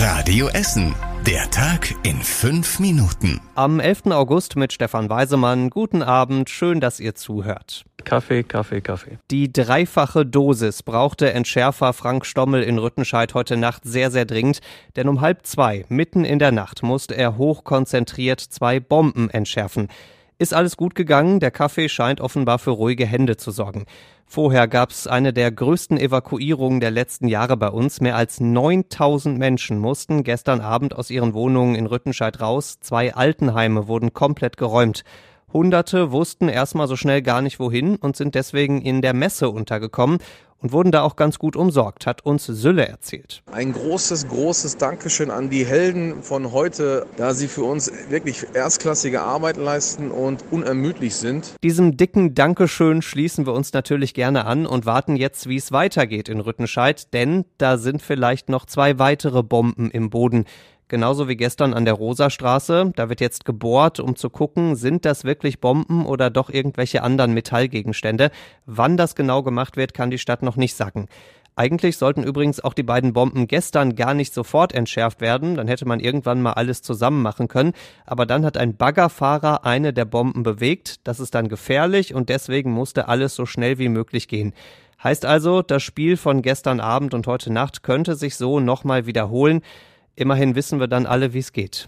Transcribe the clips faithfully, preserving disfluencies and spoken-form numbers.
Radio Essen. Der Tag in fünf Minuten. Am elften August mit Stefan Weisemann. Guten Abend, schön, dass ihr zuhört. Kaffee, Kaffee, Kaffee. Die dreifache Dosis brauchte Entschärfer Frank Stommel in Rüttenscheid heute Nacht sehr, sehr dringend. Denn um halb zwei, mitten in der Nacht, musste er hochkonzentriert zwei Bomben entschärfen. Ist alles gut gegangen, der Kaffee scheint offenbar für ruhige Hände zu sorgen. Vorher gab es eine der größten Evakuierungen der letzten Jahre bei uns. Mehr als neuntausend Menschen mussten gestern Abend aus ihren Wohnungen in Rüttenscheid raus. Zwei Altenheime wurden komplett geräumt. Hunderte wussten erstmal so schnell gar nicht wohin und sind deswegen in der Messe untergekommen und wurden da auch ganz gut umsorgt, hat uns Sülle erzählt. Ein großes, großes Dankeschön an die Helden von heute, da sie für uns wirklich erstklassige Arbeit leisten und unermüdlich sind. Diesem dicken Dankeschön schließen wir uns natürlich gerne an und warten jetzt, wie es weitergeht in Rüttenscheid, denn da sind vielleicht noch zwei weitere Bomben im Boden. Genauso wie gestern an der Rosastraße. Da wird jetzt gebohrt, um zu gucken, sind das wirklich Bomben oder doch irgendwelche anderen Metallgegenstände. Wann das genau gemacht wird, kann die Stadt noch nicht sagen. Eigentlich sollten übrigens auch die beiden Bomben gestern gar nicht sofort entschärft werden. Dann hätte man irgendwann mal alles zusammen machen können. Aber dann hat ein Baggerfahrer eine der Bomben bewegt. Das ist dann gefährlich und deswegen musste alles so schnell wie möglich gehen. Heißt also, das Spiel von gestern Abend und heute Nacht könnte sich so nochmal wiederholen. Immerhin wissen wir dann alle, wie es geht.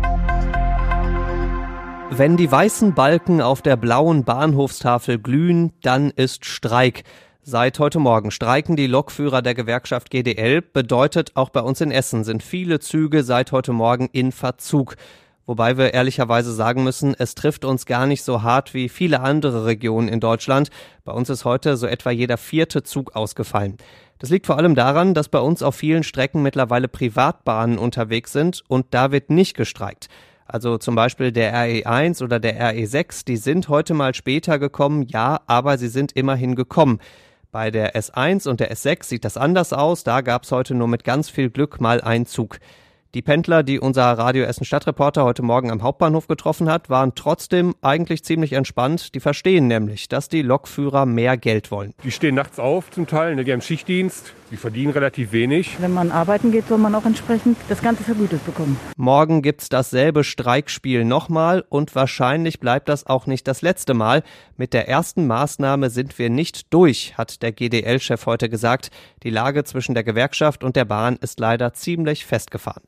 Wenn die weißen Balken auf der blauen Bahnhofstafel glühen, dann ist Streik. Seit heute Morgen streiken die Lokführer der Gewerkschaft G D L. Bedeutet, auch bei uns in Essen sind viele Züge seit heute Morgen in Verzug. Wobei wir ehrlicherweise sagen müssen, es trifft uns gar nicht so hart wie viele andere Regionen in Deutschland. Bei uns ist heute so etwa jeder vierte Zug ausgefallen. Das liegt vor allem daran, dass bei uns auf vielen Strecken mittlerweile Privatbahnen unterwegs sind und da wird nicht gestreikt. Also zum Beispiel der R E eins oder der R E sechs, die sind heute mal später gekommen, ja, aber sie sind immerhin gekommen. Bei der S eins und der S sechs sieht das anders aus, da gab es heute nur mit ganz viel Glück mal einen Zug. Die Pendler, die unser Radio Essen Stadtreporter heute Morgen am Hauptbahnhof getroffen hat, waren trotzdem eigentlich ziemlich entspannt. Die verstehen nämlich, dass die Lokführer mehr Geld wollen. Die stehen nachts auf zum Teil, die haben Schichtdienst, die verdienen relativ wenig. Wenn man arbeiten geht, soll man auch entsprechend das Ganze vergütet bekommen. Morgen gibt's dasselbe Streikspiel nochmal und wahrscheinlich bleibt das auch nicht das letzte Mal. Mit der ersten Maßnahme sind wir nicht durch, hat der G D L-Chef heute gesagt. Die Lage zwischen der Gewerkschaft und der Bahn ist leider ziemlich festgefahren.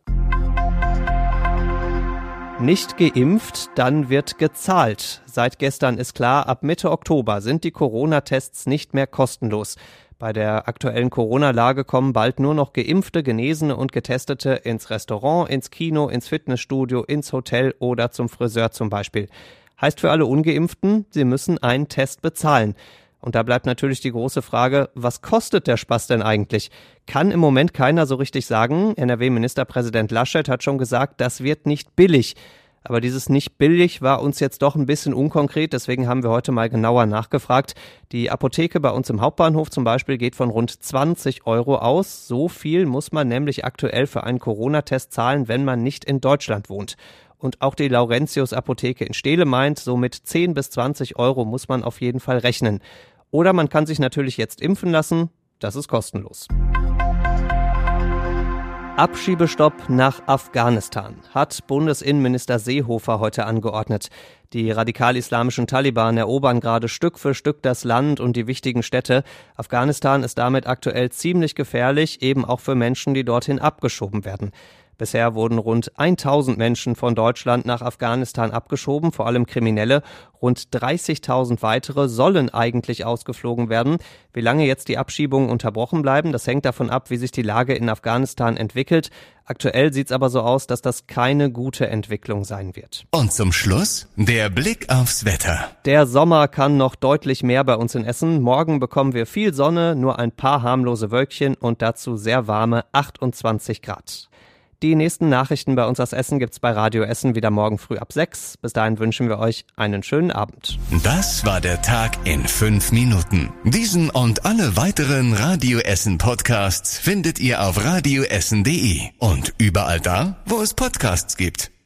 Nicht geimpft, dann wird gezahlt. Seit gestern ist klar, ab Mitte Oktober sind die Corona-Tests nicht mehr kostenlos. Bei der aktuellen Corona-Lage kommen bald nur noch Geimpfte, Genesene und Getestete ins Restaurant, ins Kino, ins Fitnessstudio, ins Hotel oder zum Friseur zum Beispiel. Heißt für alle Ungeimpften, sie müssen einen Test bezahlen. Und da bleibt natürlich die große Frage, was kostet der Spaß denn eigentlich? Kann im Moment keiner so richtig sagen. N R W-Ministerpräsident Laschet hat schon gesagt, das wird nicht billig. Aber dieses nicht billig war uns jetzt doch ein bisschen unkonkret, deswegen haben wir heute mal genauer nachgefragt. Die Apotheke bei uns im Hauptbahnhof zum Beispiel geht von rund zwanzig Euro aus. So viel muss man nämlich aktuell für einen Corona-Test zahlen, wenn man nicht in Deutschland wohnt. Und auch die Laurentius-Apotheke in Steele meint, so mit zehn bis zwanzig Euro muss man auf jeden Fall rechnen. Oder man kann sich natürlich jetzt impfen lassen, das ist kostenlos. Abschiebestopp nach Afghanistan hat Bundesinnenminister Seehofer heute angeordnet. Die radikal-islamischen Taliban erobern gerade Stück für Stück das Land und die wichtigen Städte. Afghanistan ist damit aktuell ziemlich gefährlich, eben auch für Menschen, die dorthin abgeschoben werden. Bisher wurden rund tausend Menschen von Deutschland nach Afghanistan abgeschoben, vor allem Kriminelle. Rund dreißigtausend weitere sollen eigentlich ausgeflogen werden. Wie lange jetzt die Abschiebungen unterbrochen bleiben, das hängt davon ab, wie sich die Lage in Afghanistan entwickelt. Aktuell sieht es aber so aus, dass das keine gute Entwicklung sein wird. Und zum Schluss der Blick aufs Wetter. Der Sommer kann noch deutlich mehr bei uns in Essen. Morgen bekommen wir viel Sonne, nur ein paar harmlose Wölkchen und dazu sehr warme achtundzwanzig Grad. Die nächsten Nachrichten bei uns aus Essen gibt's bei Radio Essen wieder morgen früh ab sechs. Bis dahin wünschen wir euch einen schönen Abend. Das war der Tag in fünf Minuten. Diesen und alle weiteren Radio Essen Podcasts findet ihr auf radioessen punkt de und überall da, wo es Podcasts gibt.